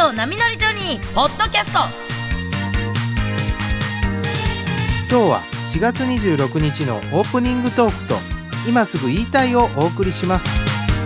道波乗りジョニー」ポッドキャスト。 今日は4月26日のオープニングトークと今すぐ言いたいをお送りします。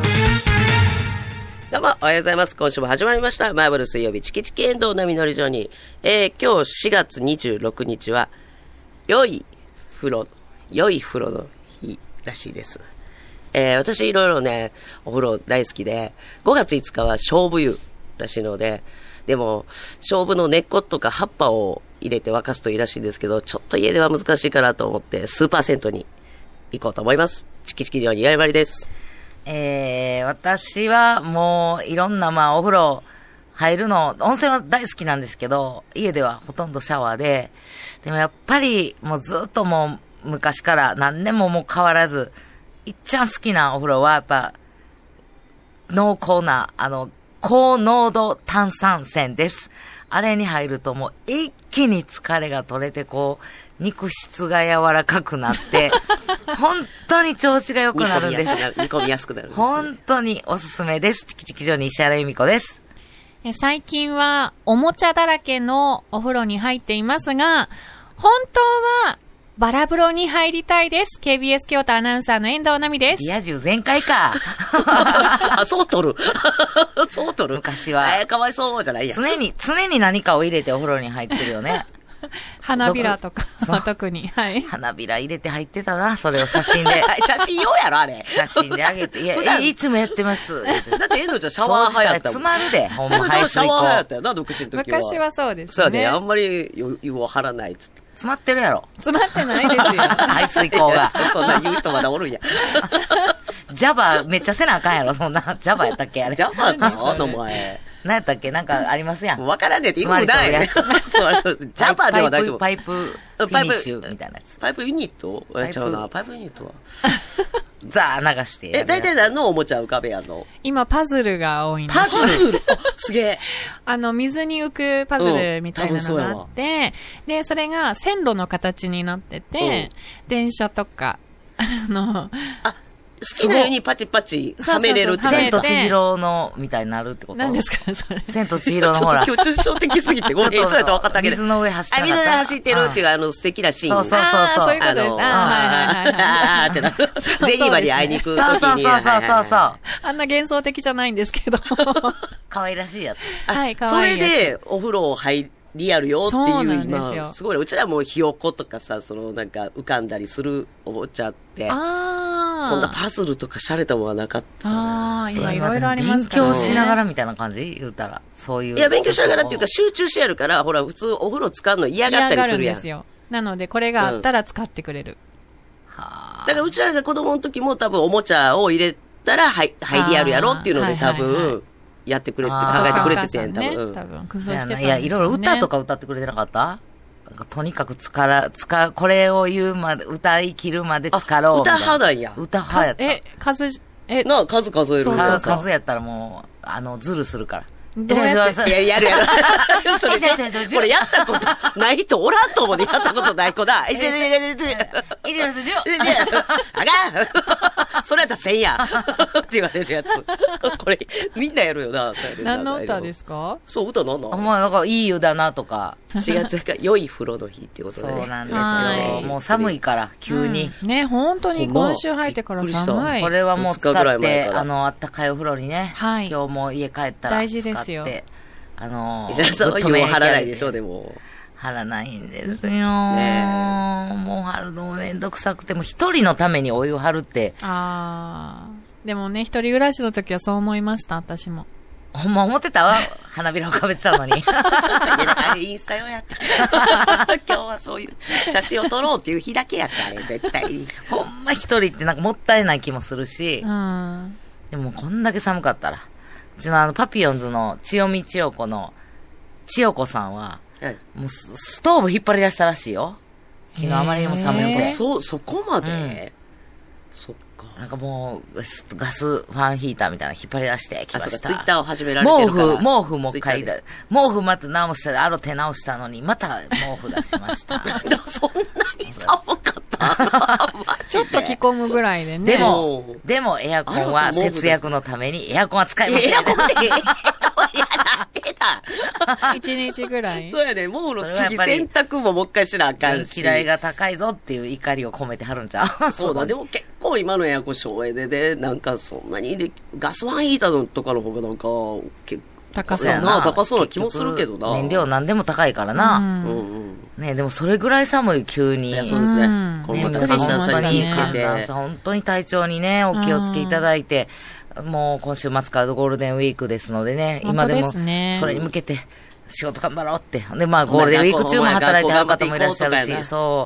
どうもおはようございます。今週も始まりましたマーブル水曜日チキチキエンドウ波乗りジョニー。今日4月26日は良い風呂の日らしいです。私いろいろねお風呂大好きで、5月5日は菖蒲湯らしいので、でも菖蒲の根っことか葉っぱを入れて沸かすといいらしいんですけど、ちょっと家では難しいかなと思ってスーパー銭湯に行こうと思います。チキチキジョニーやいまりです。 私はもういろんなお風呂入るの、温泉は大好きなんですけど、家ではほとんどシャワーで、でもやっぱりもうずっともう昔から何年ももう変わらず、いっちゃん好きなお風呂はやっぱ濃厚な高濃度炭酸泉です。あれに入るともう一気に疲れが取れて、肉質が柔らかくなって、本当に調子が良くなるんです。 煮込みやすくなるんですね。 本当におすすめです。チキチキジョニー石原由美子です。 最近はおもちゃだらけのお風呂に入っていますが、本当はバラ風呂に入りたいです。KBS 京都アナウンサーの遠藤奈美です。 リア充全開か。 そう取る。そう取る。 昔は。 かわいそうじゃないや。 常に何かを入れてお風呂に入ってるよね。 花びらとか特に、はい。 花びら入れて入ってたな、それを写真で。 写真用やろあれ。 写真であげて、いつもやってます。 だって遠藤ちゃんシャワー派やったもん。 詰まるで、ほんま排水口。 シャワー派やったよな、独身の時は。 昔はそうですね。 そうね、あんまり湯を張らないっつって。 詰まってるやろ。 詰まってないですよ。 排水口が。 そんな言う人まだおるんや。 ジャバめっちゃせなあかんやろ、そんな。ジャバやったっけあれ。 ジャバかお前。 何やったっけなんかありますやん。 わからんねって言うない。ジャパではないと思う。 パイプフィニッシュみたいなやつ。 パイプユニットちゃうな。パイプユニットは。 ザー流して。 大体何のおもちゃ浮かべやんの？ 今パズルが多いんです。 パズルすげえ。 水に浮くパズルみたいなのがあって、で、それが線路の形になってて、電車とか、 好きなようにパチパチはめれるって。 千と千尋のみたいになるってこと？ 何ですかそれ。 千と千尋のほら。 ちょっと今日抽象的すぎて、ごめん、そうやと分かったけど。 水の上走ってる。 水の上走ってるっていう素敵なシーン。 そう。 そういうことです。 あーってなる。ゼニーまで会いに行く時に。 そう。 あんな幻想的じゃないんですけど。 可愛らしいやつ。 はい、可愛いやつ。 それでお風呂入り、リアルよっていう今すごいね。うちらもひよことかさ、なんか浮かんだりするおもちゃって、そんなパズルとか洒落たものはなかったね。 今いろいろありますからね。勉強しながらみたいな感じ言うたら、そういう。 いや、勉強しながらっていうか集中してやるから、ほら、普通お風呂使うの嫌がったりするやん。 嫌がるんですよ。なので、これがあったら使ってくれる。 だからうちらが子供の時も多分おもちゃを入れたら、入りやるやろっていうので多分、やってくれって考えてくれててん、多分。 工夫してたんでしょうね。 いや、いろいろ歌とか歌ってくれてなかった？とにかくこれを言うまで、歌い切るまで使ろうみたいな。 歌派なんや。 歌派やった。 数数える。 数やったらもう、ズルするから。 いや、やる。これやったことない人おらんと思うで、やったことない子だ。あかんそれやったら1000やって言われるやつ。これ、みんなやるよな。 何の歌ですか？ そう、歌なんだ？ なんかいい湯だなとか。 4月が良い風呂の日ってことでね。 そうなんですよ。もう寒いから、急に。 ね、本当に今週入ってから寒い。 これはもう使って、あったかいお風呂にね。 はい。 今日も家帰ったら。 大事ですよ。 石原さんは湯を張らないでしょ、でも。 張らないんですよ。もう張るのもめんどくさくても、一人のためにお湯を張るって。 でもね、一人暮らしの時はそう思いました、私も。 ほんま思ってたわ。花びらをかべてたのに。いや、 あれインスタ用やった。今日はそういう写真を撮ろうっていう日だけやった、あれ、絶対に。 ほんま一人ってなんかもったいない気もするし。でもこんだけ寒かったら。うちのパピヨンズの千代美千代子の千代子さんは、もうストーブ引っ張り出したらしいよ。昨日あまりにも寒いて。 そこまで、そっか。 なんかもう、ガスファンヒーターみたいなの引っ張り出してきました。 ツイッターを始められてるから。 毛布も買いだ。毛布また直した、手直したのに、また毛布出しました。 でもそんなに寒かったちょっと着込むぐらいでね。 でもエアコンは節約のためにエアコンは使いません。 エアコンで、やってた一日ぐらい。 そうやね。もうの次それはやっぱり洗濯ももう一回しなあかんし。 電気代が高いぞっていう怒りを込めてはるんちゃう？ そうだ。でも結構今のエアコン省エネで、なんかそんなにで、ガスファンヒーターとかの方がなんか、結構、 高そうやな高そうな気もするけどな。 燃料何でも高いからな。 うんうん。 ね、でもそれぐらい寒い、急に。 いや、そうですね。こね、 のまた皆さん寒暖差に気をつけて。 寒暖差本当に体調にね、お気をつけいただいて、もう今週末からゴールデンウィークですのでね、今でもそれに向けて仕事頑張ろうって。で、まあゴールデンウィーク中も働いてはる方もいらっしゃるし、そう、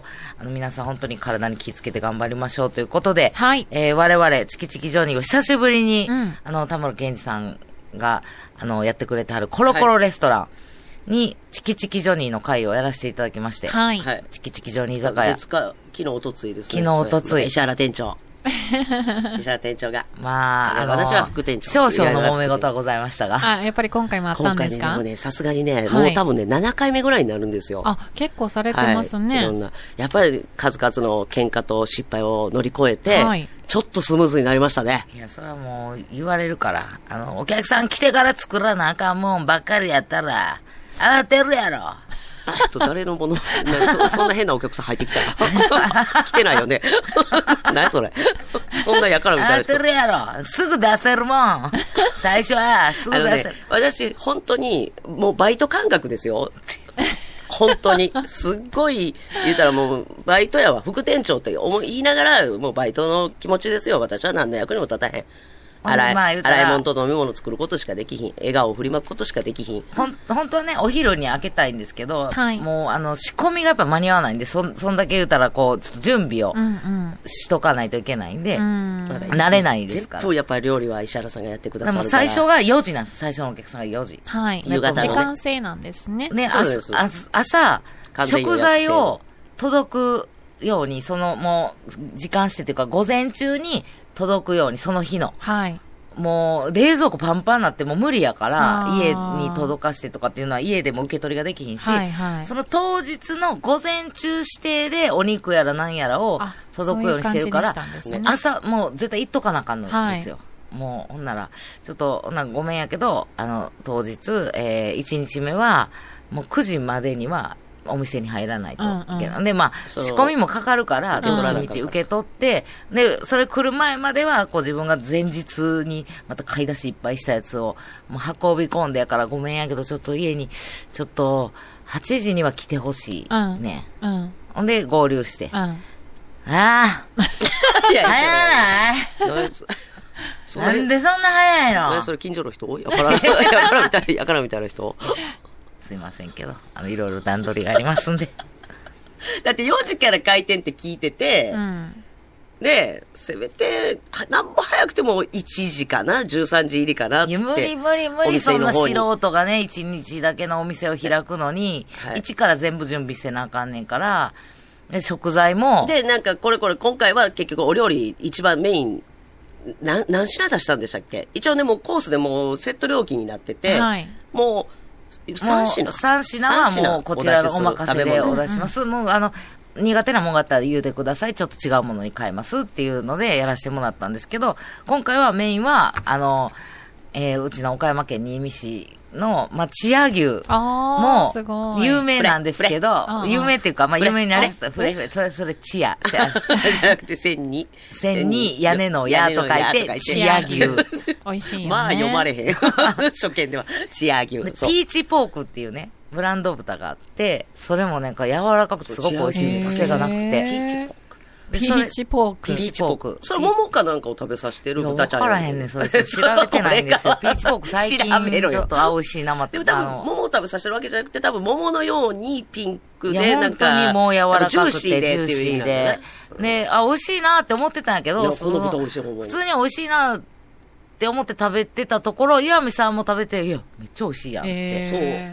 皆さん本当に体に気をつけて頑張りましょうということで、 はい。 我々、チキチキジョニーを久しぶりに、田村健二さんが、やってくれてはるコロコロレストランに、チキチキジョニーの会をやらせていただきまして、 はい。 チキチキジョニー居酒屋。 昨日おとついですね。 昨日おとつい。 石原店長。石原店長が。 まあ、 私は副店長。 少々の揉め事はございましたが。 あ、やっぱり今回もあったんですか？ 今回ね、でもね、さすがにね、もう多分ね、7回目ぐらいになるんですよ。 あ、結構されてますね。 いろんな。やっぱり数々の喧嘩と失敗を乗り越えて、ちょっとスムーズになりましたね。 いや、それはもう言われるから、お客さん来てから作らなあかんもんばっかりやったら、慌てるやろ。 誰のものそんな変なお客さん入ってきた来てないよね。何それ。そんなやからみたいな人。 慌てるやろ。すぐ出せるもん。最初は、すぐ出せる。 私、本当に、もうバイト感覚ですよ。本当に。すっごい、言うたらもう、バイトやわ、副店長って言いながら、もうバイトの気持ちですよ。私は何の役にも立たへん。洗い物と飲み物作ることしかできひん。笑顔を振りまくことしかできひん。 本当はね、お昼に開けたいんですけど、 はい、 もう仕込みがやっぱ間に合わないんで、そんだけ言うたら、こう、ちょっと準備をしとかないといけないんで、慣れないですから。 全部やっぱり料理は石原さんがやってくださるから。 最初が4時なんです。最初のお客さんが4時。 はい。 夕方の、ね、 時間制なんですね。 ね、朝、食材を届くように、もう、時間してというか、午前中に届くように、その日の。 はい。 もう、冷蔵庫パンパンになっても無理やから、家に届かしてとかっていうのは家でも受け取りができひんし、 はいはい、 その当日の午前中指定でお肉やら何やらを届くようにしてるから、朝、もう絶対行っとかなあかんのですよ。はい、もう、ほんなら、ちょっと、ごめんやけど、当日、1日目は、もう9時までには、お店に入らないといけない。で、まあ、仕込みもかかるから、どっちみち受け取って、で、それ来る前までは、こう自分が前日に、また買い出しいっぱいしたやつを、もう運び込んでやから、ごめんやけど、ちょっと家に、ちょっと、8時には来てほしい。ね。ほんで、合流して。ああ早ないなんでそんな早いのそれ近所の人やからみたいな人すいませんけど、いろいろ段取りがありますんで。 だって4時から開店って聞いてて、で、せめて、なんぼ早くても1時かな ?13 時入りかなって。いや、 無理、そんな素人がね、1日だけのお店を開くのに、一から全部準備してなあかんねんから、食材も。 で、なんか、これ、今回は結局お料理一番メイン、何品出したんでしたっけ？一応ね、もうコースでもうセット料金になってて、もう、3 品はもうこちらのお任せでお出します。もう苦手なもんがあったら言うてください。ちょっと違うものに変えますっていうのでやらせてもらったんですけど、今回はメインは、うちの岡山県新見市の、まあ、千屋牛も有名なんですけど、有名っていうか、まあ、有名になりつつ、それ千屋。じゃなくて千に屋根の屋と書いて、千屋牛。 美味しいよね。 まあ、読まれへん。初見では、千屋牛。 ピーチポークっていうね、ブランド豚があって、それもなんか柔らかくてすごく美味しい。癖がなくて。 ピーチポーク。 ピーチポーク。 それ桃かなんかを食べさせてる豚ちゃん。 わからへんねん、それ。調べてないんですよ。ピーチポーク最近ちょっと美味しい生って。 でも多分桃を食べさせてるわけじゃなくて、多分桃のようにピンクで、なんか。 本当にもう柔らかくて、ジューシーで。で、美味しいなって思ってたんやけど、普通に美味しいなって思って食べてたところ、岩見さんも食べて、いや、めっちゃ美味しいやんって、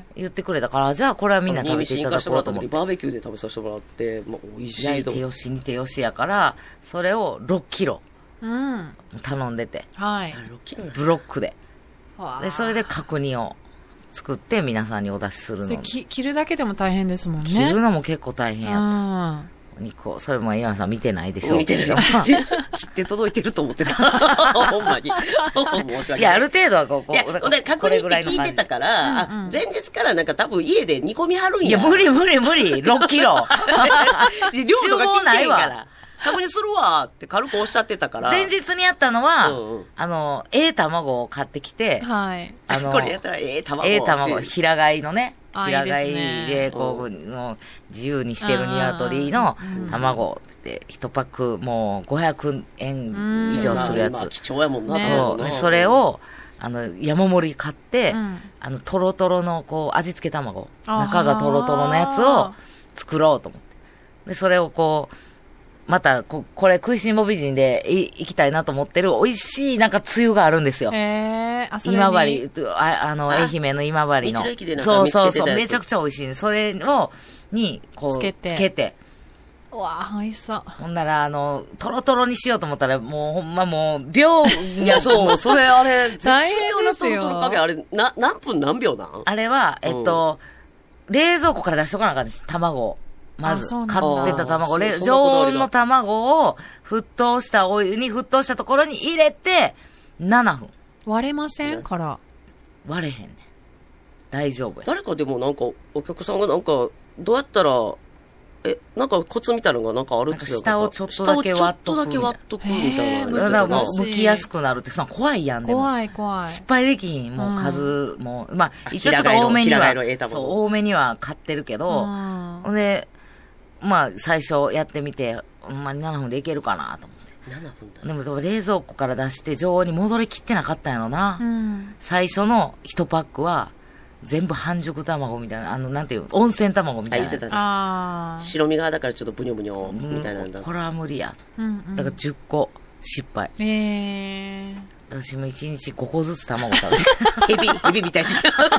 言ってくれたから、じゃあこれはみんな食べていただこうと思って。 バーベキューで食べさせてもらって、まあ、美味しいと思って。 焼いてよし、煮てよしやから、それを6キロ、頼んでて。 はい。 ブロックで。で、それで角煮を作って皆さんにお出しするの。 切るだけでも大変ですもんね。 切るのも結構大変やった。 肉を、それも岩見さん見てないでしょう見てるよ。切って届いてると思ってた。ほんまに。申し訳ない。 いや、ある程度はこう、 いや、確認って聞いてたから、前日からなんか多分家で煮込みはるんや。 いや、無理、6キロ。 量とか聞いてんから。確認するわって軽くおっしゃってたから。 前日にやったのは、卵を買ってきて、 はい。 これやったら卵。平飼いのね。平飼いいいですねで、こう、自由にしてる鶏の卵って1パックもう500円以上するやつ。 貴重やもんな。 そう。それを、山盛り買って、トロトロの、こう、味付け卵。中がトロトロのやつを作ろうと思って。で、それをこう、また、これ、食いしん坊美人で行きたいなと思ってる美味しいなんかつゆがあるんですよ。今治、愛媛の今治の。そう、めちゃくちゃ美味しいね。それを、こう、つけて。 うわぁ、美味しそう。 ほんなら、トロトロにしようと思ったら、もう、ほんまもう、秒。 いや、そう、それあれ、 大変ですよ。 トロトロ加減あれ、何分何秒なん？ あれは、冷蔵庫から出しとかなあかんです。卵を。まず、買ってた卵、常温の卵を沸騰したお湯に沸騰したところに入れて、7分。 割れませんから。 割れへんね。大丈夫や。 誰かでもなんか、お客さんがなんか、どうやったら、なんかコツみたいなのがなんかあるって言う下をちょっとだけ割っとく。 ちょっとだけ割っとくみたいな。 だからもう剥きやすくなるって、その怖いやんでも。 怖い。 失敗できひん、もう数、もう、まあ、一応ちょっと多めには、そう、多めには買ってるけど、ほんで、まあ、最初やってみて、ほんまに7分でいけるかなと思って。7分だ。でも、冷蔵庫から出して常温に戻りきってなかったんやろな。最初の1パックは、全部半熟卵みたいな、なんていう、温泉卵みたいな。言ってたね。白身側だからちょっとブニョブニョみたいなんだ。 これは無理やと。だから10個失敗。私も1日5個ずつ卵食べて。 ヘビみたいな。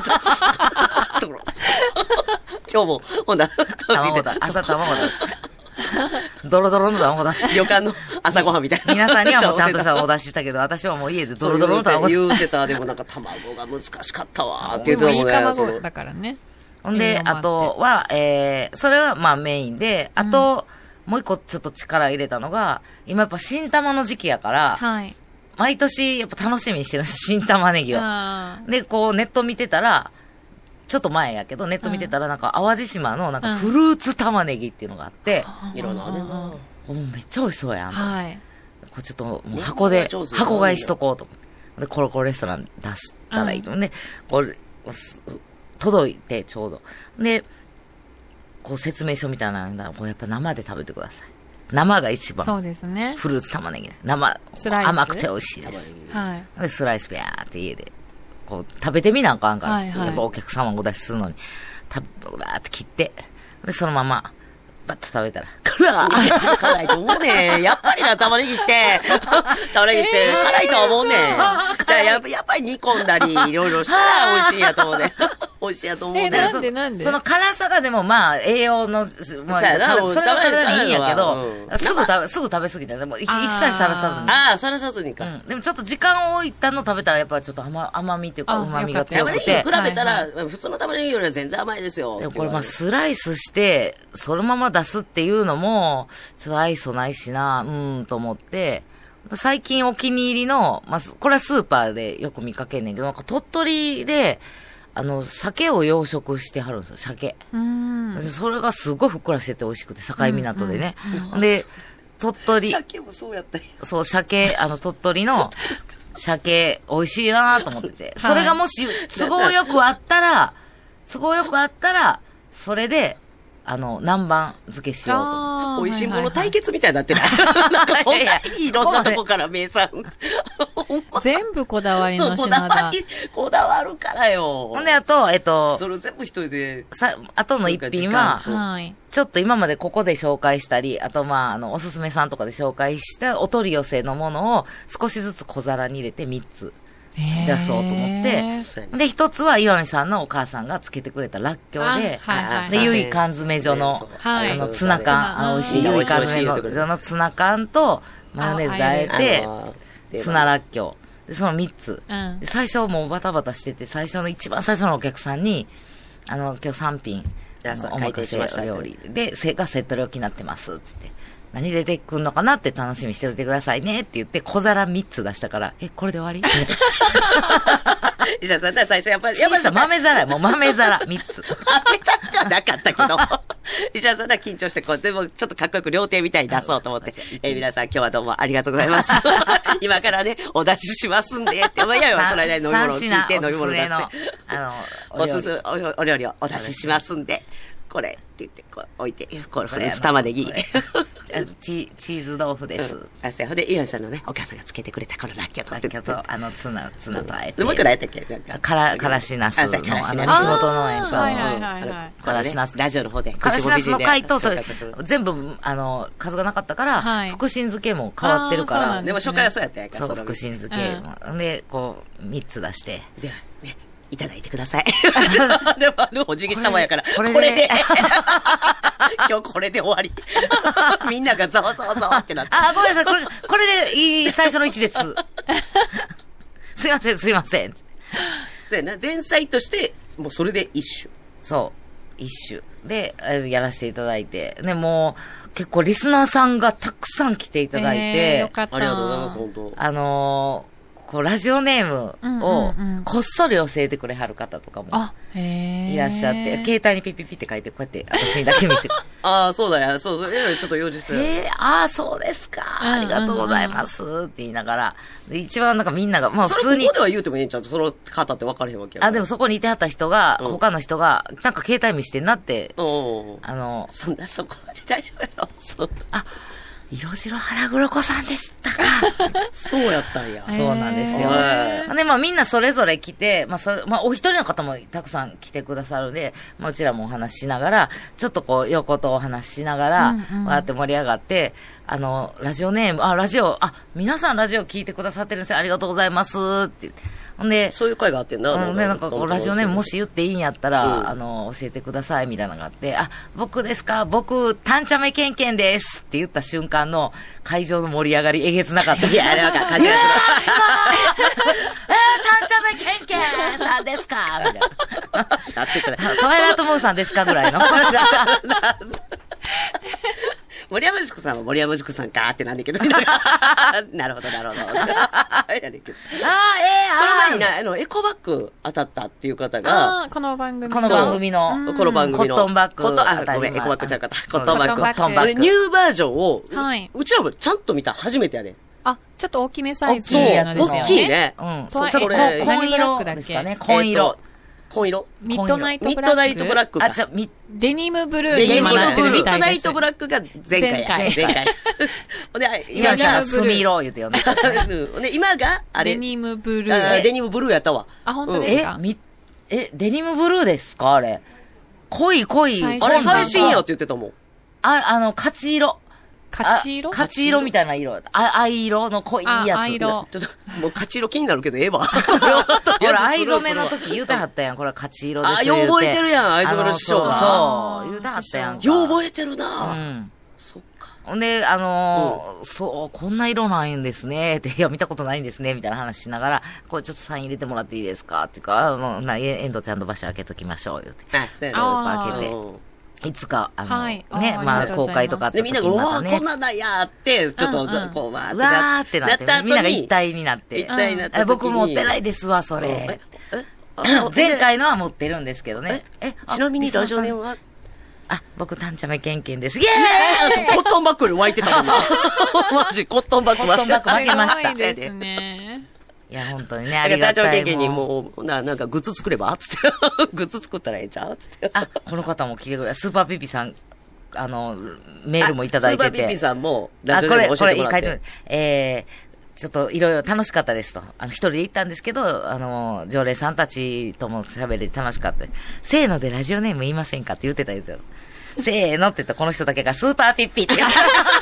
今日も、ほんだ。 卵だ。朝卵だ。ドロドロの卵だ。 旅館の朝ごはんみたいな。 皆さんにはもうちゃんとしたお出ししたけど、私はもう家でドロドロの卵言うてた。でもなんか卵が難しかったわ。 っていうのもいい卵だからね。 ほんで、あとは、それはまあメインで、あと、もう一個ちょっと力入れたのが、今やっぱ新玉の時期やから、毎年やっぱ楽しみにしてる新玉ねぎを。で、こうネット見てたら、ちょっと前やけど、ネット見てたらなんか淡路島のなんかフルーツ玉ねぎっていうのがあって、 いろんなあれな。 めっちゃ美味しそうやん。これちょっともう箱買いしとこうと思って。で、コロコロレストラン出したらいいのね。これ、届いてちょうど。で、こう説明書みたいなのが、こうやっぱ生で食べてください。生が一番。 そうですね。 フルーツ玉ねぎ。生、甘くて美味しいです。で、スライスペアーって家で。こう、食べてみなあかんから。やっぱお客様お出しするのに、バーって切って、で、そのまま、バッと食べたら。 辛いと思うねん。やっぱりな、玉ねぎって、辛いと思うねん。じゃあやっぱり煮込んだり、いろいろしたら美味しいやと思うねん。美味しいやと思うねん。 なんでその辛さがでもまあ、栄養の、まあ、それは体にいいんやけど、すぐ食べ過ぎたら、一切さらさずに。 さらさずにか。 でもちょっと時間を置いたの食べたら、やっぱりちょっと甘みっていうか、旨味が強くて。 玉ねぎ比べたら、普通の玉ねぎよりは全然甘いですよ。 でもこれまあ、スライスして、そのまま出すっていうのも、ちょっと愛想ないしな、と思って、最近お気に入りの、まあ、これはスーパーでよく見かけんねんけど、なんか鳥取で、鮭を養殖してはるんですよ、鮭。それがすごいふっくらしてて美味しくて、境港でね。で、鳥取。 鮭もそうやったよ。 そう、鮭、鳥取の鮭、美味しいなと思ってて。それがもし、都合よくあったら、それで、南蛮漬けしようと。 美味しいもの対決みたいになってない。なんかそんないろんなとこから名産。 全部こだわりの品だ。 こだわるからよ。 ほんで、あと、 それ全部一人で。 あとの一品は、ちょっと今までここで紹介したり、あとまあ、おすすめさんとかで紹介したお取り寄せのものを少しずつ小皿に入れて3つ。出そうと思って、で、一つは岩見さんのお母さんがつけてくれたらっきょうで、で、ゆい缶詰所の、ツナ缶、美味しいゆい缶詰所のツナ缶と、マヨネーズであえて、ツナらっきょう。で、その3つ。最初もうバタバタしてて、一番最初のお客さんに、今日3品、 やそうお任せ開店しましたって料理で、がセット料金になってますって言って。何出てくんのかなって楽しみにしておいてくださいねって言って、小皿3つ出したから、これで終わり石田さん、最初やっぱり、 小さ豆皿や、もう豆皿3つ。 豆皿じゃなかったけど、石田さんは緊張して、こう、でもちょっとかっこよく料亭みたいに出そうと思って、皆さん今日はどうもありがとうございます。今からね、お出ししますんで、って、まあ、いやいや、それで飲み物を聞いて、飲み物出して、おすすお料理をお出ししますんで、これって言って、こう置いて、これフルーツ玉ねぎ。 チーズ豆腐です。 ほんで、イオンさんのね、お母さんがつけてくれたこのラッキョと。 ラッキョと、ツナとあえて。 もう一個何やったっけからしなすの、西本農園さんの、からしなす。 ラジオの方で。 からしなすの回と、それ、全部、数がなかったから、福神漬けも変わってるから。 でも初回はそうやったやんか。 そう、福神漬けも。で、こう、3つ出して。 では、ね。いただいてください。でも、お辞儀したもんやから。 これで。 今日これで終わり。みんながざわざわざわってなって。 ごめんなさい。これでいい最初の1です。すいません。 そうやな。前菜として、もうそれで一種。 そう。一種。で、やらせていただいて。で、もう、結構リスナーさんがたくさん来ていただいて。 よかった。 ありがとうございます、本当。 ラジオネームをこっそり教えてくれはる方とかもいらっしゃって、携帯にピッピッピって書いて、こうやって私にだけ見せて。 そうだよ、そう、ちょっと用事してる。 そうですか。ありがとうございますって言いながら、で一番なんかみんなが、まあ普通に。 それここでは言うてもいいんちゃうその方って分かれへんわけや。 でもそこにいてはった人が、他の人が、なんか携帯見してんなって、 そんなそこまで大丈夫やろ。 色白腹黒子さんでしたか。 そうやったんや。 そうなんですよ。で、まあみんなそれぞれ来て、お一人の方もたくさん来てくださるんで、うちらもお話ししながら、ちょっとこう横とお話ししながら、わーって盛り上がって、ラジオネーム、皆さんラジオ聞いてくださってるんですよ。ありがとうございますって言って。ほんで、 そういう会があってんな。 で、なんかラジオネームもし言っていいんやったら、教えてくださいみたいなのがあって、僕ですかタンチャメケンケンですって言った瞬間の会場の盛り上がりえげつなかった。 いや、あれは感じがする。 タンチャメケンケンさんですかみたいな。 なってくれ。 トワイライトムーンさんですかぐらいの。 森山塾さんは森山塾さんかーってなんだけど。なるほど。やねんけどその前にエコバッグ当たったっていう方が、 この番組の。 コットンバッグ。ごめん、エコバッグちゃうかった。コットンバッグ。ニューバージョンを、うちらもちゃんと見た初めてやで。 ちょっと大きめサイズ。 そう、大きいね。 そう、これ、紺色ですかね。紺色。 ミッドナイトブラック。デニムブルーに今なってるみたいです。ミッドナイトブラックが前回。 今さ、墨色言うてよね。 今が、 デニムブルー。 デニムブルーやったわ。 本当ですか？ デニムブルーですかあれ。濃い。 あれ最新やって言ってたもん。 勝ち色。勝ち色みたいな色。藍色の濃いやつ。 藍色。 ちょっと、もう勝ち色気になるけど、わ。 ほら、藍染めの時言うたはったやん。これ勝ち色ですよ。 よう覚えてるやん、藍染めの師匠が。 そう、言うたはったやん。 よう覚えてるな。 そっか。ほんで、こんな色なんですね。って、いや、見たことないんですね。みたいな話しながら、これちょっとサイン入れてもらっていいですかっていうか、遠藤ちゃんと場所開けときましょう。言うて。開けて。いつか、公開とかってみんなが、こんなんだやって、ちょっと、こう、わーってなって、みんなが一体になって。僕持ってないですわ、それ。前回のは持ってるんですけどね。 ちなみにラジオネームは僕、タンチャメケンケンです。イェーイコットンバッグより湧いてたもんな。マジ、コットンバッグ負けました。 ですね。 いや、本当にね、ありがたい。 タンチャメケンケンにもう、なんかグッズ作ればつって。グッズ作ったらええちゃうつって。 この方も来てくれた。スーパーピピさん、メールもいただいてて。 スーパーピピさんも、ラジオネーム教えてもらって。 これ、書いてちょっといろいろ楽しかったですと。一人で行ったんですけど、常連さんたちとも喋れて楽しかった。せーのでラジオネーム言いませんかって言ってた。せーのって言ったらこの人だけがスーパーピッピって言った。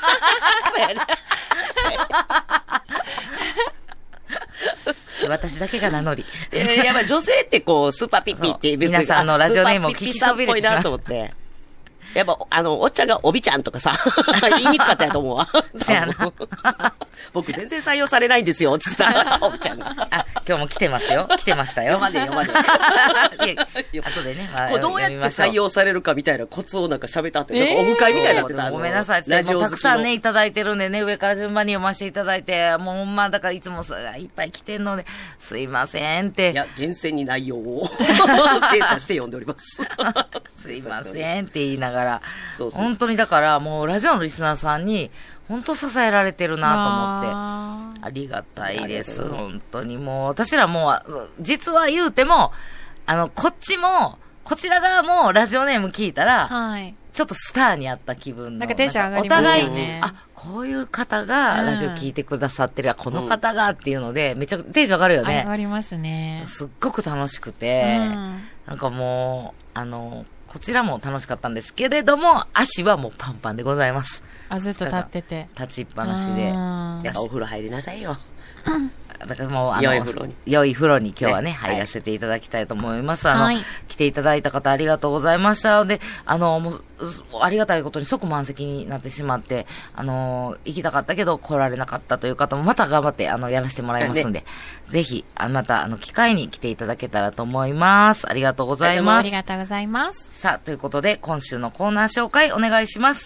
私だけが名乗り。 やっぱ女性ってこう、スーパーピッピって皆さんのラジオネームを聞きそびれてしまう。 と思って。 やっぱ、おっちゃんがおびちゃんとかさ、言いにくかったやと思うわ。 せやな。 僕全然採用されないんですよ、つったら、おびちゃんが。 あ、今日も来てますよ。来てましたよ。 読まねえ。 後でね、 こうどうやって採用されるかみたいなコツをなんか喋ったって、なんかオフ会みたいになってた。 ごめんなさい。 ラジオもうたくさんね、いただいてるんでね、上から順番に読ませていただいて、もうほんま、だからいつもいっぱい来てんので、すいませんって。 いや、厳選に内容を精査して読んでおります。 すいませんって言いながら、 そう本当にだからもうラジオのリスナーさんに、本当支えられてるなと思って、ありがたいです。本当にもう、私らもう、実は言うても、こちら側もラジオネーム聞いたら、はい。ちょっとスターにあった気分の。 なんかテンション上がりますね。 お互い、あ、こういう方がラジオ聞いてくださってる、この方がっていうので、めちゃくちゃテンション上がるよね。 上がりますね。 すっごく楽しくて、なんかもう、こちらも楽しかったんですけれども、足はもうパンパンでございます。 あ、ずっと立ってて。 立ちっぱなしで。 やっぱお風呂入りなさいよ。 だからもう、 良い風呂に。 良い風呂に今日はね、入らせていただきたいと思います。来ていただいた方ありがとうございました。で、もう、ありがたいことに即満席になってしまって、行きたかったけど来られなかったという方もまた頑張って、やらせてもらいますんで、ぜひ、また、機会に来ていただけたらと思います。ありがとうございます。 ありがとうございます。 さあ、ということで、今週のコーナー紹介お願いします。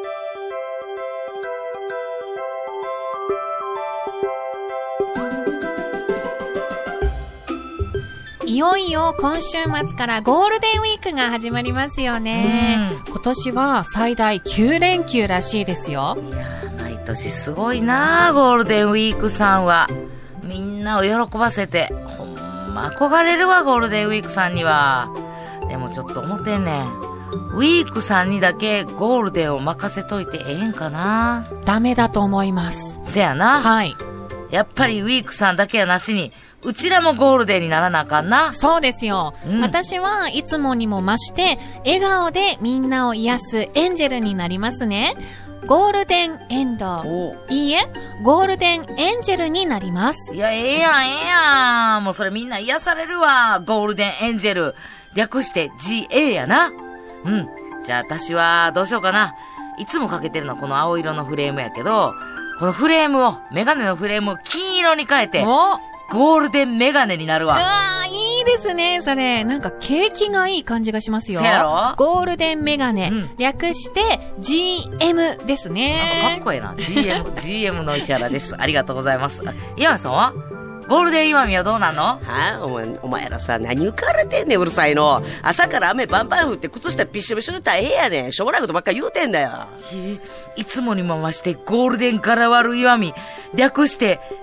いよいよ今週末からゴールデンウィークが始まりますよね。今年は最大9連休らしいですよ。 いやー、毎年すごいなー、ゴールデンウィークさんは。みんなを喜ばせて、ほんま憧れるわ、ゴールデンウィークさんには。でもちょっと思ってんねん。ウィークさんにだけゴールデンを任せといてええんかな。 ダメだと思います。 せやな。 はい。 やっぱりウィークさんだけやなしに、うちらもゴールデンにならなあかんな。 そうですよ。私はいつもにも増して、笑顔でみんなを癒すエンジェルになりますね。ゴールデンエンド。いいえ、ゴールデンエンジェルになります。 いや、ええやん。もうそれみんな癒されるわ。ゴールデンエンジェル。略して GA やな。じゃあ私はどうしようかな。いつもかけてるのはこの青色のフレームやけど、このフレームを、メガネのフレームを金色に変えて、ゴールデンメガネになるわ。 いいですね、それ。なんか景気がいい感じがしますよ。 せやろ？ ゴールデンメガネ。略して GM ですね。 なんかかっこええな。GM の石原です。ありがとうございます。岩見さんはゴールデン岩見はどうなんの？ はぁ、お前らさ、何浮かれてんねん、うるさいの。朝から雨バンバン降って靴下びしょびしょで大変やねん。しょうもないことばっかり言うてんだよ。 いつもにも増してゴールデンから割る岩見。略して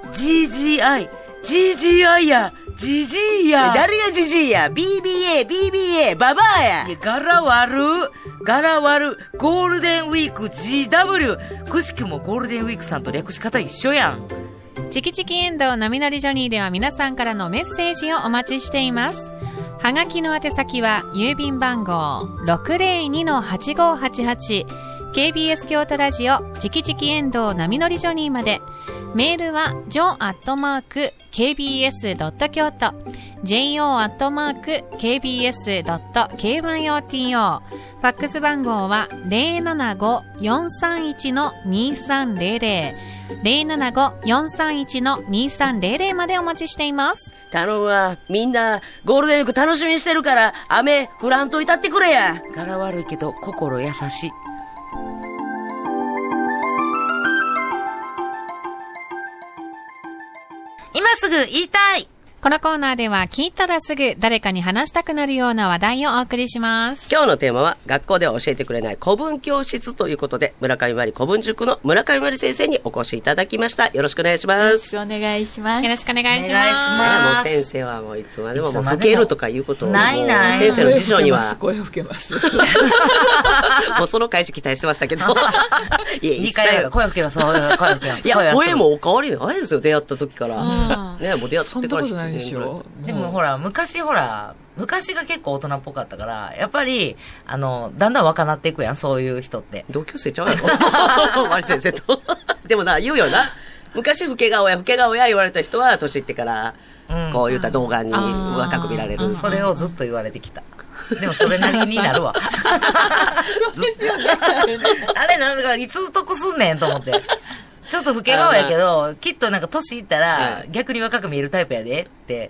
GGI や。GG や。 誰が GG や。BBA、ババアや。 いや、柄割る。ゴールデンウィーク GW。くしくもゴールデンウィークさんと略し方一緒やん。 チキチキエンドウ波乗りジョニーでは皆さんからのメッセージをお待ちしています。はがきの宛先は郵便番号 602-8588 KBS 京都ラジオチキチキエンドウ波乗りジョニーまで。メールは jo@kbs.kyoto jo@kbs.kyoto ファックス番号は 075-431-2300 075-431-2300 までお待ちしています。 頼むわ。みんなゴールデンウィーク楽しみにしてるから雨降らんといたってくれや。 柄悪いけど心優しい。今すぐ言いたい。 このコーナーでは聞いたらすぐ誰かに話したくなるような話題をお送りします。 今日のテーマは学校では教えてくれない古文教室ということで、村上真理古文塾の村上真理先生にお越しいただきました。よろしくお願いします。 よろしくお願いします。 よろしくお願いします。 もう先生はもういつまでも吹けるとかいうことをない先生の辞書には声吹けます。 もうその返し期待してましたけどいや、2回目声吹けます。声吹けます。 いや、声もお変わりないですよ、出会った時から。ね、もう出会ってからでしょ。 でもほら、昔が結構大人っぽかったから、やっぱり、だんだん若なっていくやん、そういう人って。 同級生ちゃうやろマリ先生と。でもな、言うよな。 昔老け顔や言われた人は、年いってから、 うんこう言った動画に若く見られる。 それをずっと言われてきた。でもそれなりになるわ。 そうですよね。 あれなんかいつ得すんねんと思って。ちょっと老け顔やけど、きっとなんか年いったら逆に若く見えるタイプやでって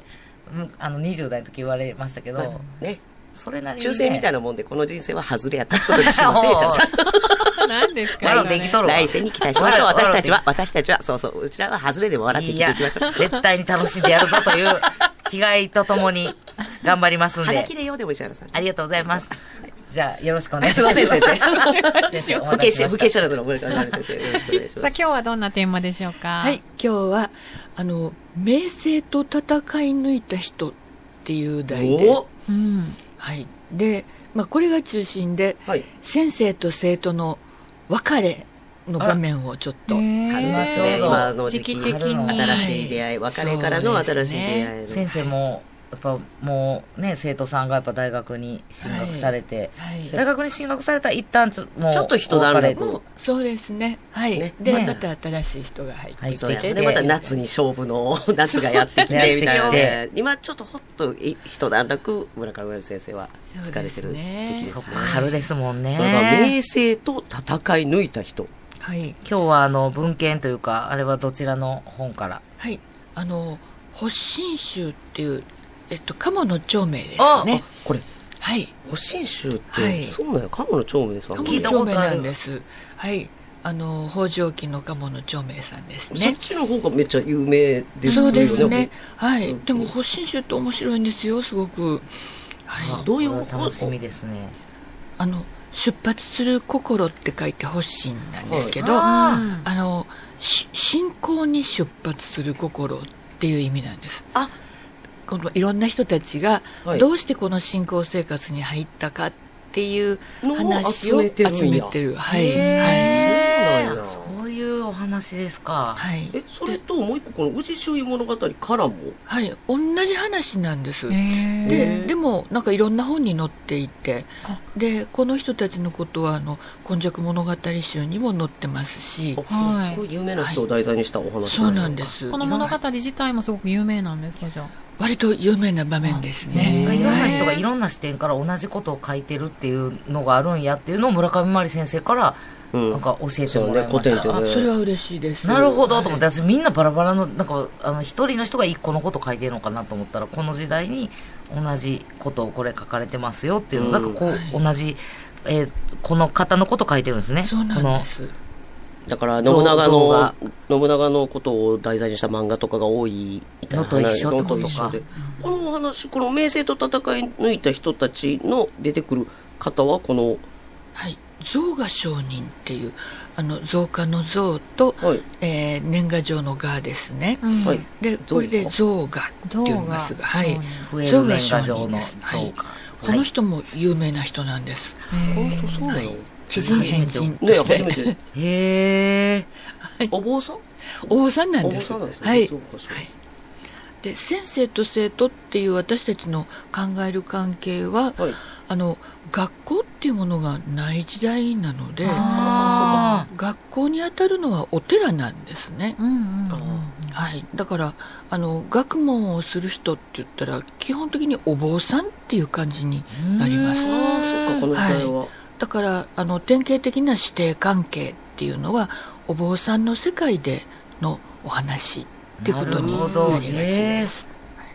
、20代の時言われましたけど、 ね。 それなりに、 中性みたいなもんで、この人生は外れやったってことですよ、聖者さん。 何ですか？ 笑って生きとるわ。 来世に期待しましょう、私たちは、そうそう、うちらは外れでも笑って生きていきましょう。 絶対に楽しんでやるぞという気概とともに頑張りますんで。 腹切れようでも石原さん。 ありがとうございます。じゃあ、よろしくお願いします。 すいません、先生。 先生不敬知らずの森川先生、よろしくお願いしさあ、 ます。 今日はどんなテーマでしょうか？ はい、今日は名声と戦い抜いた人っていう題で、 おうん。 はい、で、これが中心で、 はい。 先生と生徒の別れの場面をちょっと、 へーありますね、今の時期。 時期的に新しい出会い、別れからの新しい出会い。 先生も、やっぱもうね、生徒さんがやっぱ大学に進学されて、 はい大学に進学されたら一旦もう、 ちょっと一段落お別れもうそうですね、はい、 ねで、 ねまた新しい人が入ってきて、 はいそうや。 でで、また夏に勝負の夏がやってきて、みたいなやってきて。 今ちょっとほっと一段落、村上先生は疲れてる時ですね。 そっか、春ですもんね。 だから名声と戦い抜いた人。 はい、 今日は文献というか、あれはどちらの本から？ はい、発信集っていう、鴨の長命ですあね。 これ、 はい、 発信集って、 はいそうなの鴨の長明さん。 鴨聞いの長命たことあるなんです。はい、北条記の鴨の長命さんですそっね。 ちの方がめっちゃ有名ですよね。 そうですね。はい。 うんでも、発信集って面白いんですよ、すごく。はどういうこれは楽しみですね。 い。出発する心って書いて発信なんですけど、 あ信仰に出発する心っていう意味なんです。 あ、 このいろんな人たちがはいどうしてこの信仰生活に入ったかっていう話をのを集めてるんや集めてる。はい。 へーそうなんやそういうお話ですか。 はい。はい。 それともう一個この宇治周囲物語からも。 はい。同じ話なんです。 へでもなんかいろんな本に載っていて、でこの人たちのことは今昔物語集にも載ってますし、 はいすごい有名な人を題材にしたお話そうなんですす。 この物語自体もすごく有名なんですか？じゃあ。 割と有名な場面ですいね。 ろんな人がはいいろんな視点から同じことを書いてるっていうのがあるんやっていうのを村上真理先生からうんなんか教えてもらいまそうねした。 古典ってねそれは嬉しいです。 なるほどと思って、 はい私みんなバラバラの、なんか、一人の人が一個のこと書いてるのかなと思ったら、この時代に同じことをこれ書かれてますよっていうの、だからこう、 はい同じ、この方のこと書いてるんですね。 そうなんです。 だから像が信長のことを題材にした漫画とかが多いみたいなのと一緒ってことかのと一緒でこのお話、この名声と戦い抜いた人たちの出てくる方はこの、 はい。象が上人っていう、増加の象と、 はい年賀状の賀ですね。 はいで、これで象がって言いますが、はい。 増える年賀状のはい増加。 この人も有名な人なんです。 この人そうなの、 はい奇人変人とね、 して。 初めて。 へー。 お坊さんお坊さんなんおです。 坊さんなんですね。 はい。 そうかそうかはいで、先生と生徒っていう私たちの考える関係は、 はい。 学校っていうものがない時代なので、 あ学校に当たるのはお寺なんですね。 うんうんうん。 はい。だから、学問をする人って言ったら、基本的にお坊さんっていう感じになります。 ああ、そっか、この時代は。 だから、典型的な師弟関係っていうのは、お坊さんの世界でのお話っていうことになりがちです。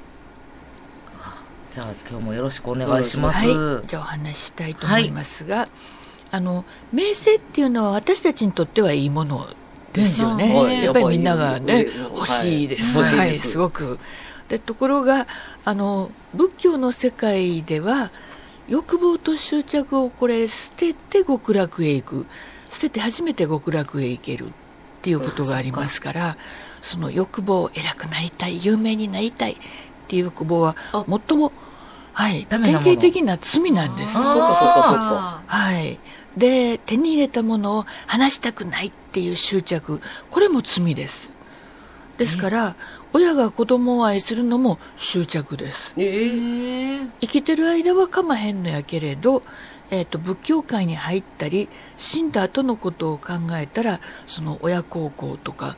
じゃあ今日もよろしくお願いします。 はい。じゃあお話ししたいと思いますが、名声っていうのは私たちにとってはいいものですよね。 はいやっぱりみんながね、 はい欲しいです。 欲しいですはい、すごく。で、ところが、仏教の世界では、欲望と執着をこれ捨てて極楽へ行く。捨てて初めて極楽へ行けるっていうことがありますから、その欲望、偉くなりたい、有名になりたいっていう欲望は、最も、はい、典ダメなもの型的な罪なんです。 そっかそっかそっか。 はい。で、手に入れたものを離したくないっていう執着、これも罪です。ですから、親が子供を愛するのも執着です。生きてる間はかまへんのやけれど、仏教界に入ったり、死んだ後のことを考えたら、その親孝行とか、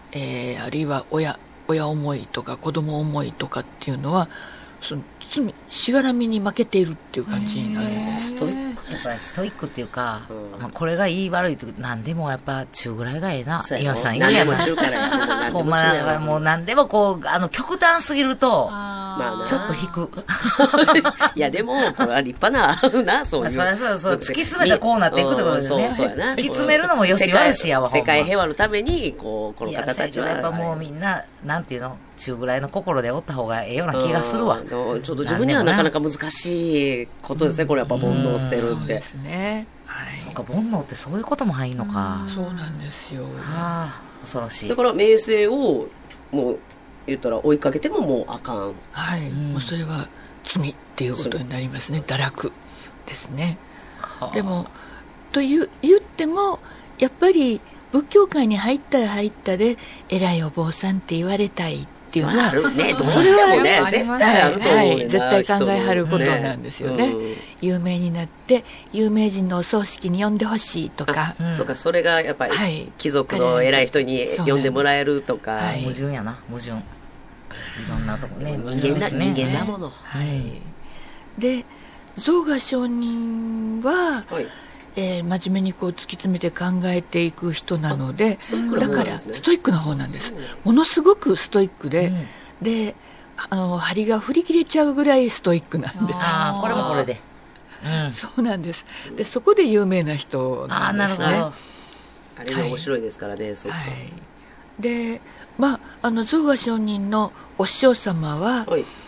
あるいは親思いとか子供思いとかっていうのは、そのしがらみに負けているっていう感じになるんです。 ストイック、やっぱりストイックっていうか、まあ、これがいい悪いと何でもやっぱ中ぐらいがええな。岩さん言うやんな。 何でも中からや。 ほんまだからもう何でもこう、極端すぎると、 まあちょっと引く。 いやでも、これは立派な、そういう。 それそう、突き詰めたらこうなっていくってことですよね。 そうやな。 突き詰めるのもよし悪しやわ、 世界平和のために、この方たちは。 やっぱもうみんな、なんていうの、中ぐらいの心でおった方がええような気がするわ。 ちょっと自分にはなかなか難しいことですね、これやっぱ煩悩捨てるって。 そうですね。はい。 そうか、煩悩ってそういうことも入んのか。 そうなんですよ。 ああ、恐ろしい。 だから名声を、もう、言ったら追いかけてももうあかん。 はい。もうそれは罪っていうことになりますね。堕落ですね。でも、と言っても、やっぱり仏教界に入ったら入ったで、偉いお坊さんって言われたいっていうのは、 ね、どうしてもね、絶対あると思うね。 絶対考えはることなんですよね。有名になって、有名人のお葬式に呼んでほしいとか。 そうか、それがやっぱり、貴族の偉い人に呼んでもらえるとか。 矛盾やな、矛盾。いろんなとこね、 人間だもの。 はい。で、象が上人は、真面目にこう突き詰めて考えていく人なので、だからストイックな方なんです。ものすごくストイックで、で、針が振り切れちゃうぐらいストイックなんです。 ああ、これもこれで。 そうなんです。で、そこで有名な人なんですね。 ああ、なるほど。 あれが面白いですからね、そっか。 で、まあ、象が上人のお師匠様は、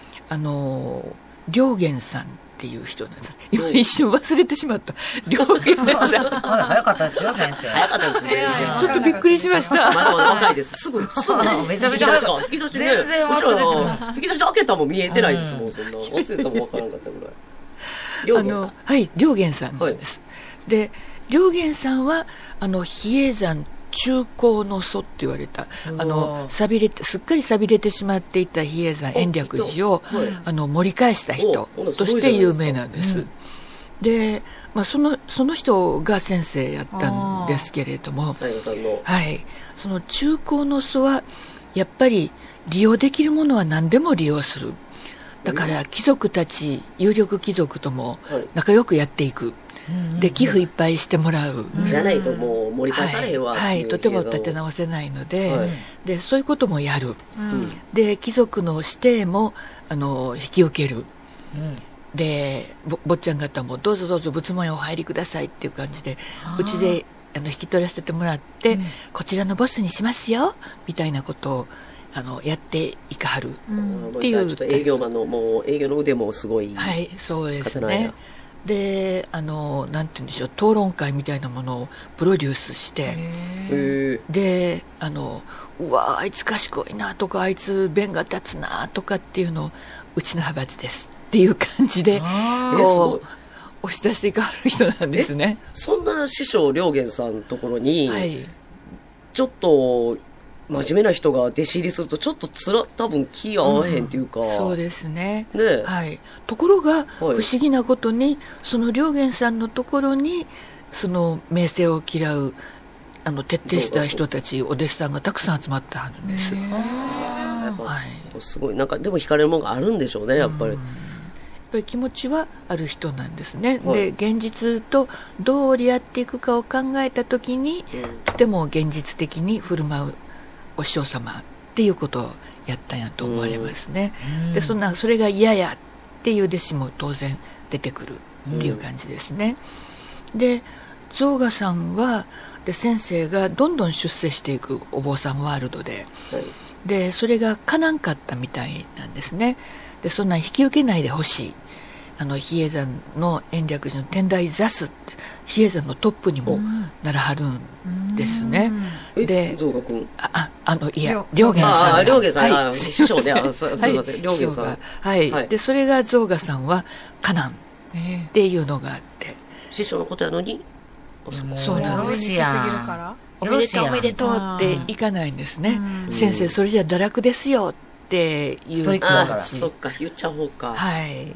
良源さんっていう人なんです。今一瞬忘れてしまった。良源さん。 早かったですよ、先生。 早かったですね。 ちょっとびっくりしました。 まだまだ若いです。すぐ。 めちゃめちゃ早かった。 引き出し全然忘れてない。 引き出し開けたも見えてないですもん、そんな。忘れたもわからなかったぐらい。良源さん。 はい、良源さんなんです。で、良源さんは、比叡山中興の祖って言われた、すっかり錆びれてしまっていた比叡山延暦寺を、盛り返した人として有名なんです。で、まあ、その人が先生やったんですけれども、はい、その中興の祖は、やっぱり利用できるものは何でも利用する。だから貴族たち、有力貴族とも仲良くやっていく。で、寄付いっぱいしてもらう。 じゃないともう盛り返されへんわ。 はい、とても立て直せないので、で、そういうこともやる。で、貴族の指定も、引き受ける。で、坊ちゃん方もどうぞどうぞ仏門へお入りくださいっていう感じで、うちで引き取らせてもらって、こちらのボスにしますよ、みたいなことを、やっていかはるっていう。 ちょっと営業マンの、もう営業の腕もすごい。 はい、そうですね。で、なんて言うんでしょう、討論会みたいなものをプロデュースして、で、うわあいつ賢いなとか、あいつ弁が立つなとかっていうのを、うちの派閥ですっていう感じで、こう、押し出していかはる人なんですね。 そんな師匠、良源さんのところに、ちょっと、真面目な人が弟子入りするとちょっと多分気合わへんっていうか、 そうですね。はい。ところが、不思議なことに、その良源さんのところに、その名声を嫌う、徹底した人たち、お弟子さんがたくさん集まったはずです。 すごい、なんかでも惹かれるものがあるんでしょうね、やっぱり。 やっぱり気持ちはある人なんですね。で、現実とどう折り合っていくかを考えたときに、とても現実的に振る舞うお師匠様っていうことをやったんやと思われますね。で、それが嫌やっていう弟子も当然出てくるっていう感じですね。で、象がさんは、で、先生がどんどん出世していくお坊さんワールドで、で、それがかなんかったみたいなんですね。で、そんなん引き受けないでほしい。比叡山の延暦寺の天台座主って、比叡山のトップにもならはるんですね。で、 象がくん。 いや、良源さん。 良源さん、師匠で、すみません、良源さん。 はい。で、それが象がさんは、かなんっていうのがあって。 師匠のことやのに、 そうなんです。おめでとう、おめでとうっていかないんですね。先生、それじゃ堕落ですよっていう気持ち。 そっか、言っちゃう方か。 はい。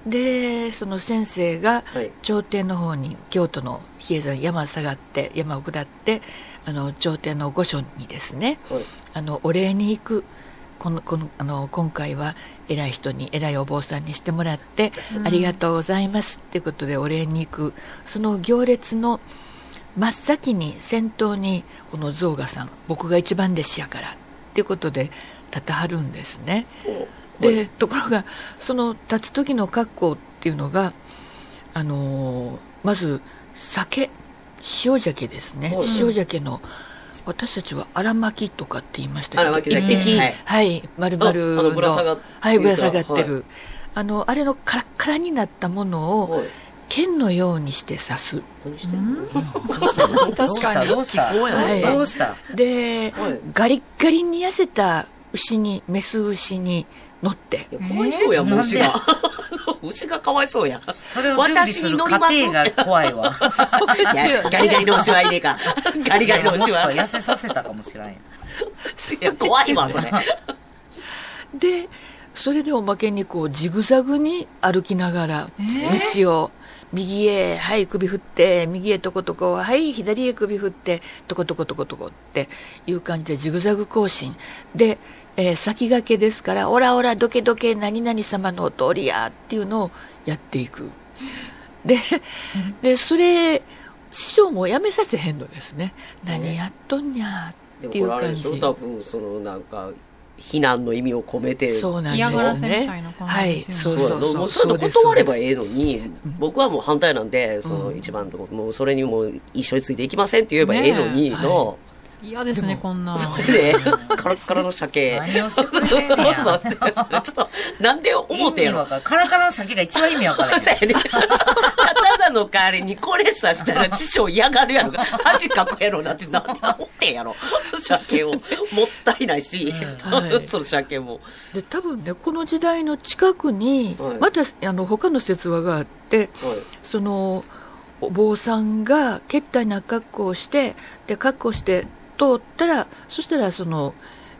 でその先生がはい頂点の方に京都の比叡山山下がって山を下って頂点の御所にですねはいお礼に行く今回は偉い人に偉いお坊さんにしてもらってありがとうございますっていうことでお礼に行くその行列の真っ先に先頭にこの象がさん僕が一番弟子やからっていうことで立たはるんですね。でところがその立つ時の格好っていうのがまず塩鮭ですね、塩鮭の私たちは荒巻きとかって言いましたけど荒巻き鮭一匹、 はいはい丸々のぶら下がってはいぶら下がってる、 はあれのカラッカラになったものをはい剣のようにして刺す何してんの確かに。どうした希望やねどうしたで、 はいガリッガリに痩せたメス牛に乗っていやかわいそうや、 なんで牛が。牛がかわいそうや。 それを準備する過程が怖いわ。 いやガリガリの牛はいいねえか。ガリガリの牛は。 もしくは痩せさせたかもしれんやん。 いや、怖いわ、それ。 でそれでおまけにこうジグザグに歩きながら道を右へはい首振って右へトコトコはい左へ首振ってトコトコトコトコっていう感じでジグザグ行進で、先駆けですからオラオラドケドケ何々様のお通りやっていうのをやっていくでそれ師匠もやめさせへんのですね、何やっとんにゃーっていうでもこれあれ感じでしょ多分、なんか、避難の意味を込めて。 そうなんです嫌がらせみねたいな感はいじですそうよね。 そうもうそういうの断ればええのに、僕はもう反対なんで、一番のとこ、もうそれにもう一緒についていきませんって言えばええのに、 ねえの、 嫌ですね、こんな。 で、カラッカラの鮭。 何をしてくれてんねや。 そうそうそうちょっと、なんで思ってやろ意味わ。からん。カラカラの鮭が一番意味わからん。 そうやね。刀の代わりにこれ刺したら師匠嫌がるやろ。恥かくやろなってなんで思ってんやろ。鮭を。もったいないし、 はいその鮭も。 で多分ねこの時代の近くに、 はいまた他の説話があってはい。 そのお坊さんがけったいな格好をしてで格好して通ったらそしたらその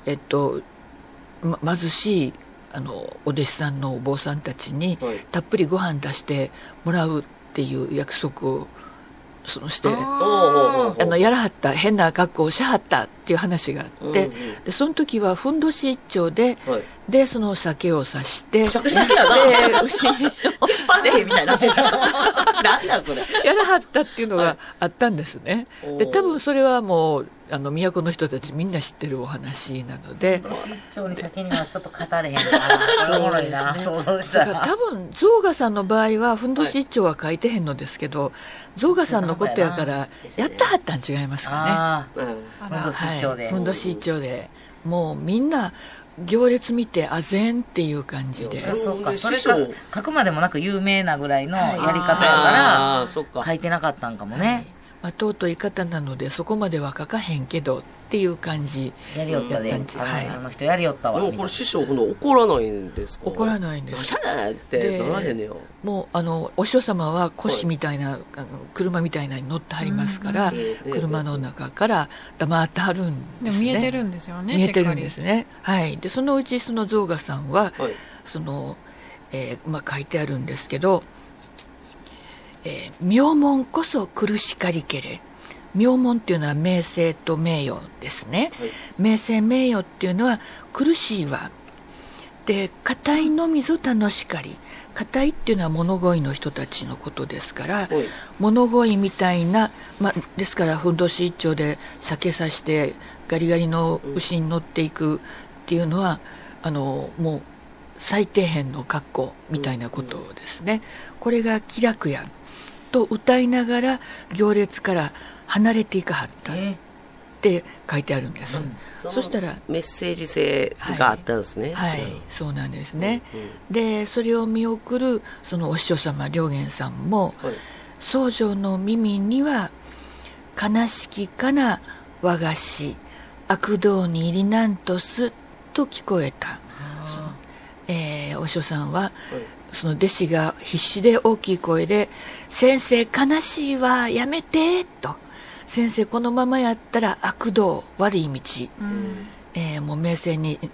貧しいお弟子さんのお坊さんたちにはいたっぷりご飯出してもらうっていう約束をしておーやらはった変な格好をしはったっていう話があって、 うんうんでその時はふんどし一丁で、 はい。 でその鮭を刺して鮭好きやな。 で牛にパンケーキみたいになってる。なんだそれ。 やらはったっていうのがあったんですね、 はいで多分それはもう都の人たちみんな知ってるお話なので年一丁に先にはちょっと語れへんな。おもろいな。想像しただからら。 多分象がさんの場合はふんどし一丁は書いてへんのですけど象がさんのことやからやったはったん違いますかあうん。 あ、ふんどしね一丁で。 ふんどし一丁でもうみんな行列見てあぜんっていう感じでそうか、それ師匠か、書くまでもなく有名なぐらいのやり方やあかあ、そっから、。書いてなかったんかもね。 まあ、尊い方なのでそこまでは書かへんけどっていう感じやりよったで。 やったんちはいあの人やりよったわ。 でもこれ師匠、怒らないんですか？ 怒らないんですおしゃれってならへんねよ。 もうお師匠様は腰みたいな、車みたいなのに乗ってはりますから、車の中から黙ってはるんでね。 ですも見えてるんですよね、 見えてるんしっかりですね。はい。でそのうちその象がさんは、 はい。 書いてあるんですけど、名門こそ苦しかりけれ。名門っていうのは名声と名誉ですね。 はい名声名誉っていうのは苦しいわ。で、固いのみぞ楽しかり。固いっていうのは物乞いの人たちのことですから、 はい。 物乞いみたいな、ですからふんどし一丁で酒さしてガリガリの牛に乗っていくっていうのは、もう最底辺の格好みたいなことですね。これが気楽やと歌いながら行列から離れていかはったって書いてあるんです。そしたらメッセージ性があったんですね。 はい、そうなんですね。 うんでそれを見送るそのお師匠様良源さんも、 はい。 僧正の耳には悲しきかな和菓子悪道に入りなんとすと聞こえた。お師匠さんは、その弟子が必死で大きい声で「先生悲しいわやめて」と「先生このままやったら悪道悪い道、 うんもう名声に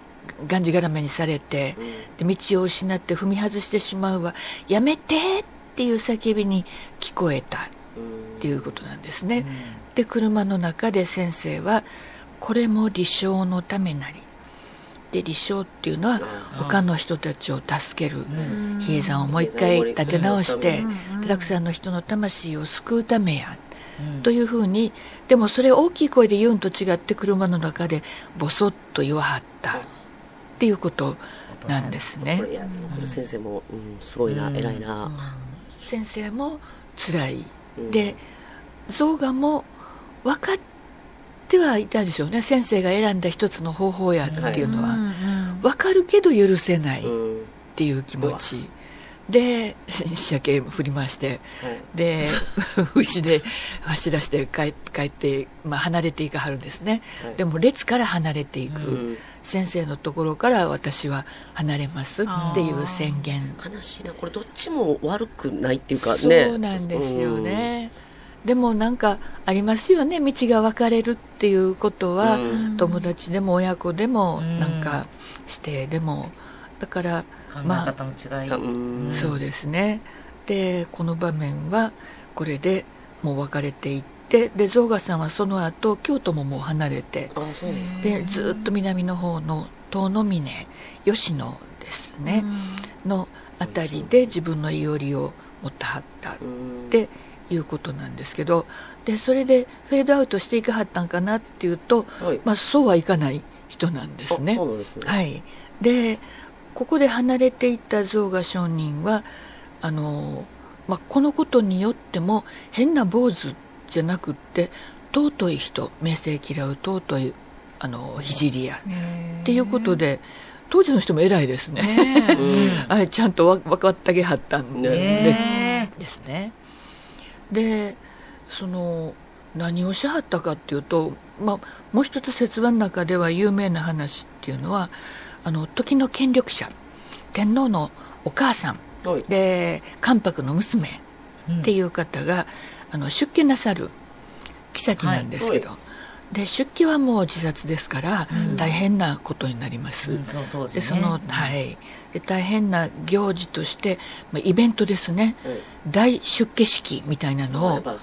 がんじがらめにされて、で道を失って踏み外してしまうわ、やめてっていう叫びに聞こえたっていうことなんですね。で車の中で先生はこれも理想のためなりで、理想っていうのは他の人たちを助ける、比叡山をもう一回立て直してたくさんの人の魂を救うためや、というふうに、でもそれを大きい声で言うんと違って車の中でボソッと言わはったっていうことなんですね。 これ先生も、すごいな、偉いな。 先生も辛い、で象がも分かってはいたでしょうね。先生が選んだ一つの方法やっていうのは、分かるけど許せないっていう気持ちで鮭振り回して、で牛で走らして帰って、離れていかはるんですね。でも列から離れていく、先生のところから私は離れますっていう宣言。 悲しいな、これどっちも悪くないっていうかね。 そうなんですよね。でもなんかありますよね、道が分かれるっていうことは、友達でも親子でもなんかしてでも、だから考え方の違い、 そうですね。でこの場面はこれでもう別れていって、で象賀さんはその後京都ももう離れて、でずっと南の方の遠野峰吉野ですね、のあたりで自分のいおりを持ってはったっていうことなんですけど、でそれでフェードアウトしていかはったんかなっていうと、そうはいかない人なんですね。 そうなんですね。 はい。でここで離れていった象賀上人はこのことによっても変な坊主じゃなくって尊い人、名声嫌う尊い聖やっていうことで、当時の人も偉いですね。ちゃんと分かってあげはったんですね。で何をしはったかっていうと、もう一つ説話の中では有名な話っていうのは、時の権力者、天皇のお母さんで関白の娘っていう方が、出家なさる妃なんですけど、で出家はもう自殺ですから、大変なことになります。でで大変な行事として、イベントですね、大出家式みたいなのを、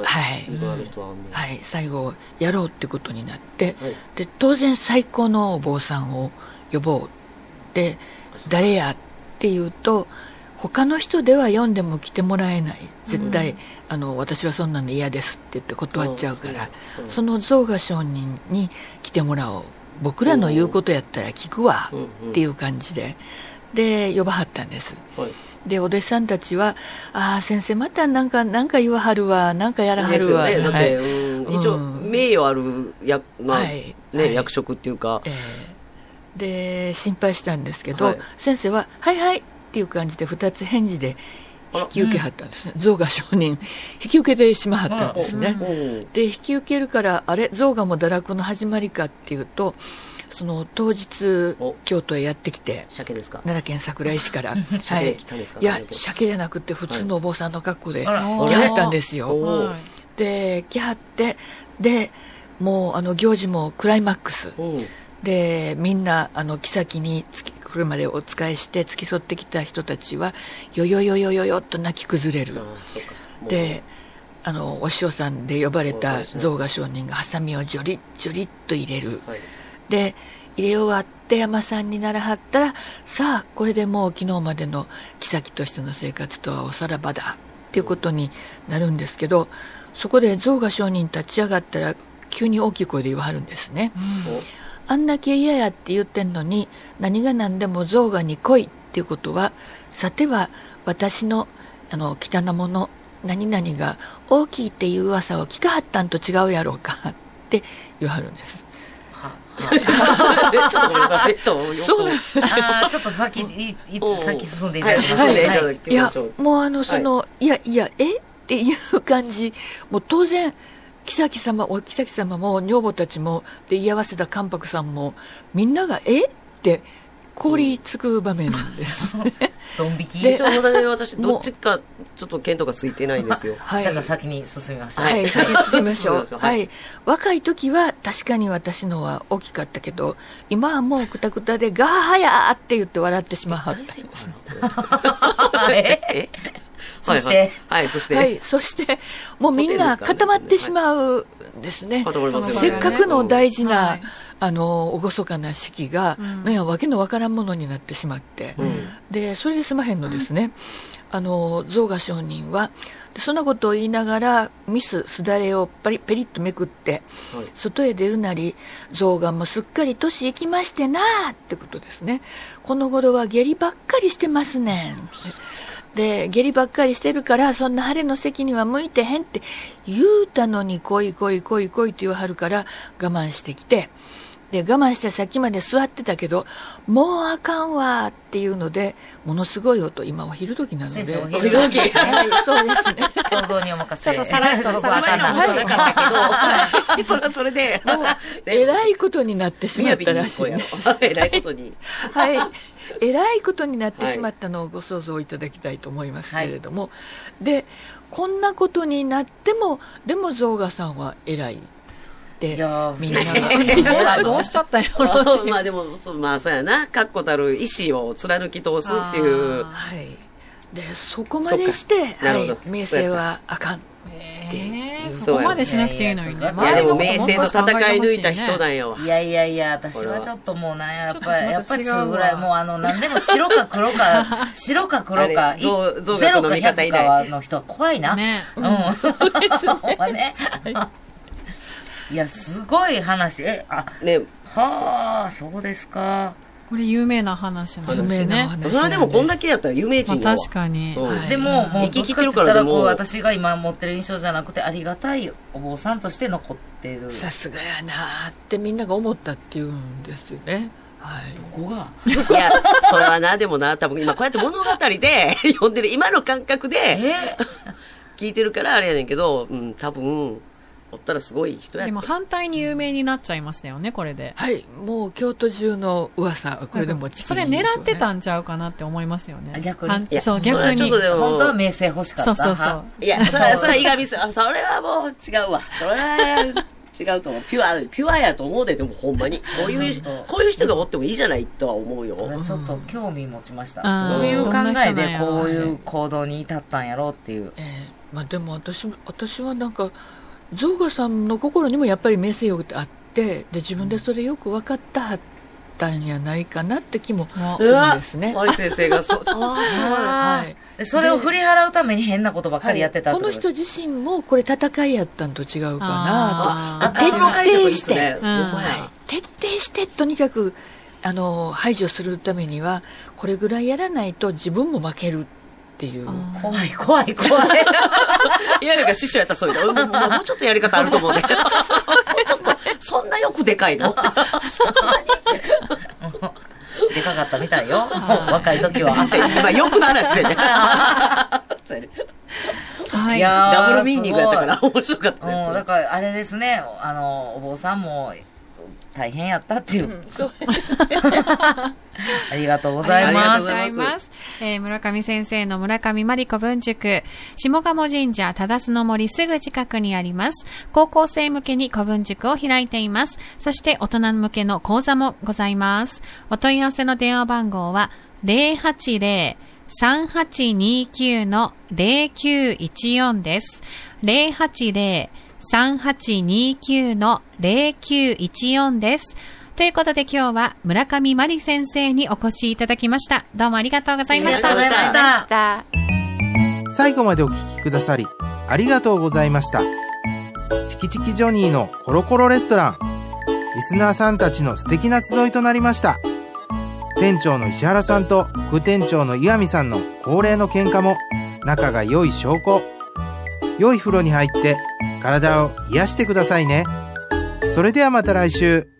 最後やろうってことになって、で当然最高のお坊さんを呼ぼうで、誰やっていうと、他の人では読んでも来てもらえない、絶対、私はそんなの嫌ですって言って断っちゃうから、その象賀上人に来てもらおう、僕らの言うことやったら聞くわっていう感じで、で呼ばはったんです。でお弟子さんたちは、先生またなんか言わはるわ、なんかやらはるわ、 だって一応名誉ある役職っていうか、 で心配したんですけど、先生ははいはいっていう感じで2つ返事で引き受けはったんですね。象賀上人引き受けてしまはったんですね。で引き受けるから、あれ象賀も堕落の始まりかっていうと、その当日京都へやってきて、 鮭ですか、 奈良県桜井市から鮭来たんですか。 いや鮭じゃなくて普通のお坊さんの格好で来はったんですよ。で来はって、でもう行事もクライマックスで、みんな妃に来るまでお仕えして付き添ってきた人たちはよよよよよよっと泣き崩れる。でお師匠さんで呼ばれた象賀上人がハサミをジョリッジョリッと入れる。で入れ終わって山さんにならはったら、さあこれでもう昨日までの妃としての生活とはおさらばだっていうことになるんですけど、そこで象賀上人立ち上がったら急に大きい声で言わはるんですね。あんだけ嫌やって言ってんのに、何が何でも象賀に来いっていうことは、さては私の汚なもの何々が大きいっていう噂を聞かはったんと違うやろうかって言わはるんです。 そうなんちょっと先進んでいただきましょう。 いやもういやっていう感じ、もう当然妃様も女房たちもで居合わせた関白さんもみんながって凍りつく場面です。 ドン引き。 でちょうどね、私、どっちか、ちょっと見当がついてないんですよ。 はい。 だから先に進みましょう。 はい、先に進みましょう。 そうはい。若い時は確かに私のは大きかったけど、今はもうくたくたでガーハヤーって言って笑ってしまう。 そして、 はい、そして、 はい、そして、もうみんな固まってしまうんですね。 固まりますよね。 せっかくの大事な、 はい厳かな式が、なんや、わけのわからんものになってしまって、で、それで済まへんのですね。象が上人は、そんなことを言いながら、すだれをペリッとめくって、外へ出るなり、象がもうすっかり年いきましてなーってことですね。この頃は下痢ばっかりしてますねん。で、下痢ばっかりしてるから、そんな晴れの席には向いてへんって言うたのに、来いって言わはるから、我慢してきて、で、我慢してさっきまで座ってたけど、もうあかんわっていうので、ものすごい音、今お昼時なので。 先生、お昼時ですね。 はい、そうですね。 想像にお任せ。 ちょっとさらっとそうあかんな。 面白かったけど、それはそれで、 えらいことになってしまったらしいんです。 えらいことに。 はい。えらいことになってしまったのをご想像いただきたいと思いますけれども、で、こんなことになっても、でも象がさんはえらい。みんなどうしちゃったよ。 まあでも、まあそうやな、確固たる意志を貫き通すっていう。 はい。で、そこまでして、はい、名声はあかん。 そこまでしなくていいのにね。 いやでも名声と戦い抜いた人だよ。 いや、私はちょっともうなんやっぱり中ぐらい、もう何でも白か黒か、ゼロか100かの人は怖いな。 ね。 そうですね。いや、すごい話。 ね。 はあ、そうですか。 これ有名な話なんですね。 それでもこんだけやったら有名人確かに。 でも、もう、生きてるからこう、私が今持ってる印象じゃなくて、ありがたいお坊さんとして残ってる。 さすがやなーってみんなが思ったっていうんですよね。はい。 どこがいや、それはな、でもな、多分今こうやって物語で読んでる、今の感覚で、聞いてるからあれやねんけど、多分、おったらすごい人やった。 でも反対に有名になっちゃいましたよね、これで。 はい。もう京都中の噂、これでもそれ狙ってたんちゃうかなって思いますよね。 逆に。 そう、逆に。 本当は名声欲しかった。 そう。 いや、それはいがみす。それはもう違うわ。それは違うと思う。ピュアやと思うで、でもほんまに。こういう人がおってもいいじゃないとは思うよ。 ちょっと興味持ちました。どういう考えでこういう行動に至ったんやろうっていう。 まあでも私はなんか、象がさんの心にもやっぱり名声欲ってあって、で、自分でそれよく分かったんやないかなって気もするんですね。 マリ先生がそう。 はい。それを振り払うために変なことばっかりやってたってことですか？ この人自身もこれ戦いやったんと違うかなと。 徹底して、 徹底してとにかく、排除するためには、これぐらいやらないと自分も負けるっていう。 怖い。 いや、なんか師匠やったらそういうの。もうちょっとやり方あると思うね。ちょっと、そんなよくでかいのそんなに。でかかったみたいよ。若い時は。 今、よくの話でね。 はい。 ダブルミーニングやったから面白かったです。 だからあれですね、お坊さんも大変やったっていう。 そうですね。 ありがとうございます。 ありがとうございます。村上先生の村上真理子文塾、下鴨神社忠須の森すぐ近くにあります。高校生向けに古文塾を開いています。そして大人向けの講座もございます。お問い合わせの電話番号は 080-3829-0914 です。080-3829-0914 です。ということで今日は村上真理先生にお越しいただきました。どうもありがとうございました。 ありがとうございました。 最後までお聞きくださりありがとうございました。チキチキジョニーのコロコロレストラン、リスナーさんたちの素敵な集いとなりました。店長の石原さんと副店長の岩見さんの恒例の喧嘩も仲が良い証拠。良い風呂に入って体を癒してくださいね。それではまた来週。